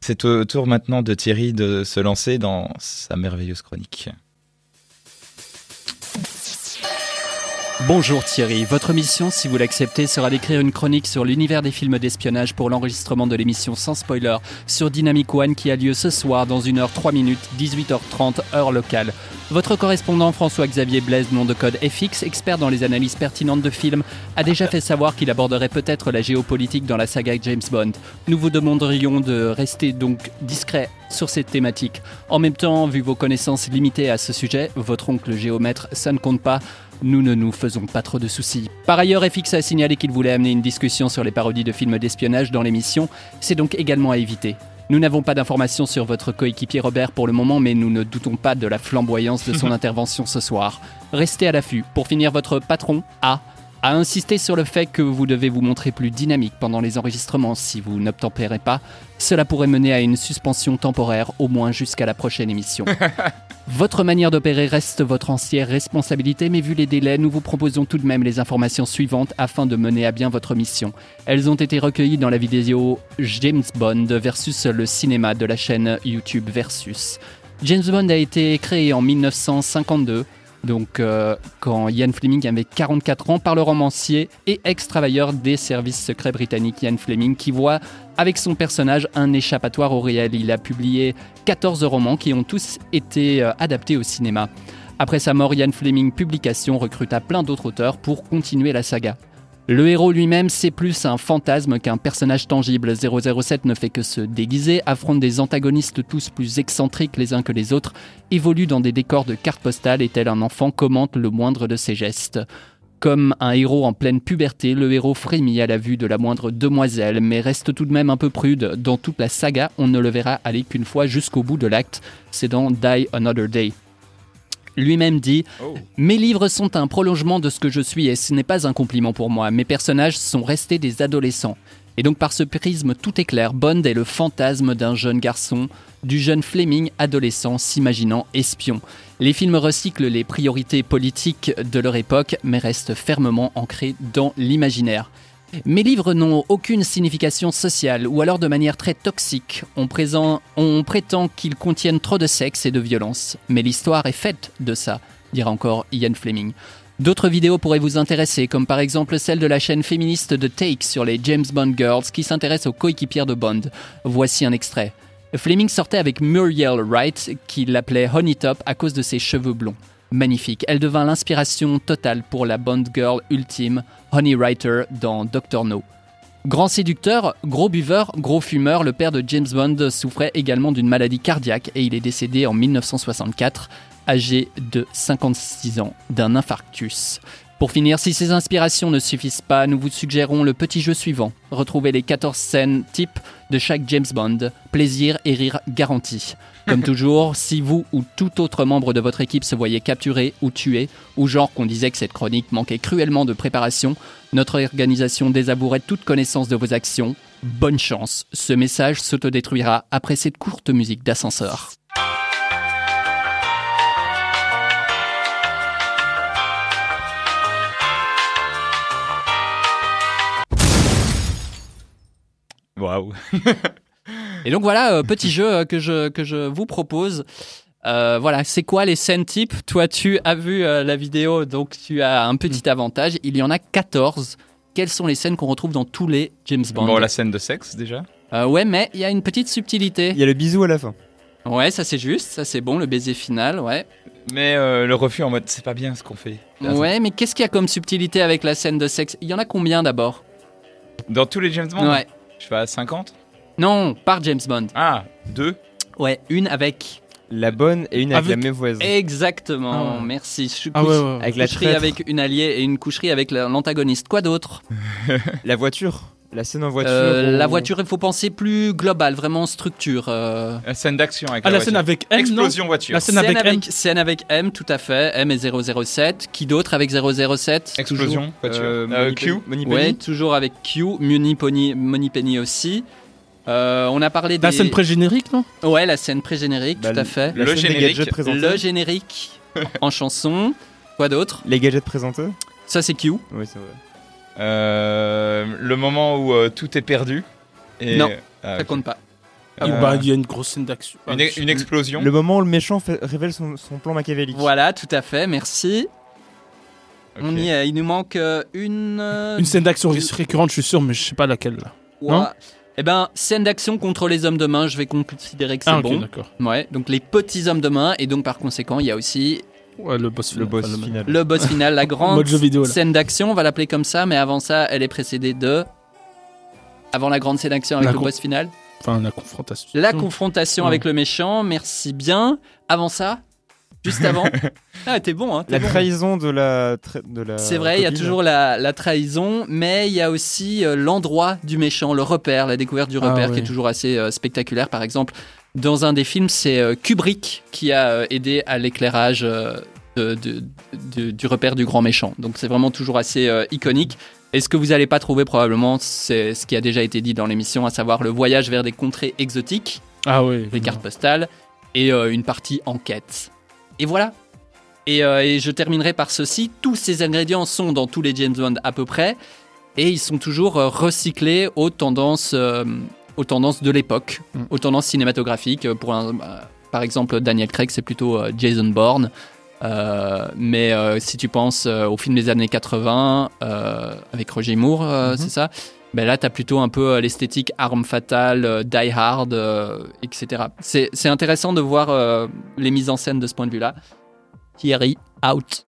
C'est au tour maintenant de Thierry de se lancer dans sa merveilleuse chronique. Bonjour Thierry, votre mission, si vous l'acceptez, sera d'écrire une chronique sur l'univers des films d'espionnage pour l'enregistrement de l'émission Sans Spoiler sur Dynamic One qui a lieu ce soir dans 1h03, 18h30, heure locale. Votre correspondant François-Xavier Blaise, nom de code FX, expert dans les analyses pertinentes de films, a déjà fait savoir qu'il aborderait peut-être la géopolitique dans la saga James Bond. Nous vous demanderions de rester donc discret sur cette thématique. En même temps, vu vos connaissances limitées à ce sujet, votre oncle géomètre, ça ne compte pas. Nous ne nous faisons pas trop de soucis. Par ailleurs, FX a signalé qu'il voulait amener une discussion sur les parodies de films d'espionnage dans l'émission. C'est donc également à éviter. Nous n'avons pas d'informations sur votre coéquipier Robert pour le moment, mais nous ne doutons pas de la flamboyance de son intervention ce soir. Restez à l'affût. Pour finir, votre patron, A insisté sur le fait que vous devez vous montrer plus dynamique pendant les enregistrements si vous n'obtempérez pas. Cela pourrait mener à une suspension temporaire, au moins jusqu'à la prochaine émission. Votre manière d'opérer reste votre entière responsabilité, mais vu les délais, nous vous proposons tout de même les informations suivantes afin de mener à bien votre mission. Elles ont été recueillies dans la vidéo James Bond versus le cinéma de la chaîne YouTube Versus. James Bond a été créé en 1952, donc quand Ian Fleming avait 44 ans, par le romancier et ex-travailleur des services secrets britanniques Ian Fleming, qui voit avec son personnage un échappatoire au réel. Il a publié 14 romans qui ont tous été adaptés au cinéma. Après sa mort, Ian Fleming Publications recruta plein d'autres auteurs pour continuer la saga. Le héros lui-même, c'est plus un fantasme qu'un personnage tangible. 007 ne fait que se déguiser, affronte des antagonistes tous plus excentriques les uns que les autres, évolue dans des décors de cartes postales et tel un enfant commente le moindre de ses gestes. Comme un héros en pleine puberté, le héros frémit à la vue de la moindre demoiselle, mais reste tout de même un peu prude. Dans toute la saga, on ne le verra aller qu'une fois jusqu'au bout de l'acte, c'est dans Die Another Day. Lui-même dit « Mes livres sont un prolongement de ce que je suis et ce n'est pas un compliment pour moi. Mes personnages sont restés des adolescents. » Et donc par ce prisme tout est clair, Bond est le fantasme d'un jeune garçon, du jeune Fleming adolescent s'imaginant espion. Les films recyclent les priorités politiques de leur époque mais restent fermement ancrés dans l'imaginaire. Mes livres n'ont aucune signification sociale ou alors de manière très toxique. On prétend qu'ils contiennent trop de sexe et de violence. Mais l'histoire est faite de ça, dira encore Ian Fleming. D'autres vidéos pourraient vous intéresser, comme par exemple celle de la chaîne féministe de Take sur les James Bond Girls qui s'intéresse aux coéquipières de Bond. Voici un extrait. Fleming sortait avec Muriel Wright, qui l'appelait Honeytop à cause de ses cheveux blonds. Magnifique, elle devint l'inspiration totale pour la Bond Girl ultime, Honey Writer dans Dr. No. Grand séducteur, gros buveur, gros fumeur, le père de James Bond souffrait également d'une maladie cardiaque et il est décédé en 1964, âgé de 56 ans, d'un infarctus. Pour finir, si ces inspirations ne suffisent pas, nous vous suggérons le petit jeu suivant. Retrouvez les 14 scènes types de chaque James Bond. Plaisir et rire garantis. Comme toujours, si vous ou tout autre membre de votre équipe se voyait capturé ou tué, ou genre qu'on disait que cette chronique manquait cruellement de préparation, notre organisation désavouerait toute connaissance de vos actions. Bonne chance, ce message s'autodétruira après cette courte musique d'ascenseur. Waouh. Et donc voilà, petit jeu que je vous propose. Voilà, c'est quoi les scènes types ? Toi, tu as vu la vidéo, donc tu as un petit avantage. Il y en a 14. Quelles sont les scènes qu'on retrouve dans tous les James Bond ? Bon, la scène de sexe, déjà. Ouais, mais il y a une petite subtilité. Il y a le bisou à la fin. Ouais, ça c'est juste, ça c'est bon, le baiser final, ouais. Mais le refus en mode, c'est pas bien ce qu'on fait. Ouais, mais qu'est-ce qu'il y a comme subtilité avec la scène de sexe ? Il y en a combien d'abord ? Dans tous les James Bond ? Ouais. Je sais pas, 50 ? Non, par James Bond. Ah, 2 ? Ouais, une avec... La bonne et une avec la mévoise. Exactement, merci. Ouais. Avec la coucherie traître. avec une alliée et une coucherie avec l'antagoniste. Quoi d'autre ? La voiture. La scène en voiture. La voiture, il faut penser plus global, vraiment structure. La scène d'action avec la voiture. scène avec M, Explosion non voiture. La scène avec M. Scène avec M, tout à fait. M et 007. Qui d'autre avec 007 ? Explosion voiture. Q. Ouais, toujours avec Q. Moneypenny aussi. On a parlé La scène pré-générique, non ? Ouais, la scène pré-générique, tout à fait. Le générique. Le générique en chanson. Quoi d'autre ? Les gadgets présentés. Ça, c'est Q. Oui, c'est vrai. Le moment où tout est perdu. Et... Non, Ah, ça ok. compte pas. Il y a une grosse scène d'action. Une explosion. Le moment où le méchant révèle son plan machiavélique. Voilà, tout à fait, merci. Okay. Il nous manque une scène d'action récurrente, je suis sûr, mais je sais pas laquelle là. Ouais. Non. Eh ben, scène d'action contre les hommes de main, je vais considérer que c'est bon. Ok, d'accord. Ouais, donc les petits hommes de main, et donc par conséquent, il y a aussi le boss final. Le boss final, la grande scène d'action, on va l'appeler comme ça, mais avant ça, elle est précédée de... Avant la grande scène d'action avec le boss final. Enfin, la confrontation. La confrontation avec le méchant, merci bien. Avant ça, juste avant... Ah, t'es bon, hein. La trahison de la C'est vrai, il y a toujours la trahison, mais il y a aussi l'endroit du méchant, le repère, la découverte du repère qui est toujours assez spectaculaire. Par exemple, dans un des films, c'est Kubrick qui a aidé à l'éclairage du repère du grand méchant. Donc c'est vraiment toujours assez iconique. Et ce que vous n'allez pas trouver probablement, c'est ce qui a déjà été dit dans l'émission, à savoir le voyage vers des contrées exotiques, les cartes postales, et une partie enquête. Et voilà. Et je terminerai par ceci. Tous ces ingrédients sont dans tous les James Bond à peu près, et ils sont toujours recyclés aux tendances de l'époque, aux tendances cinématographiques. Par exemple, Daniel Craig, c'est plutôt Jason Bourne. Mais si tu penses au film des années 80 avec Roger Moore, c'est ça, ben là, tu as plutôt un peu l'esthétique Arme Fatale, Die Hard, etc. C'est intéressant de voir les mises en scène de ce point de vue-là. Thierry, out.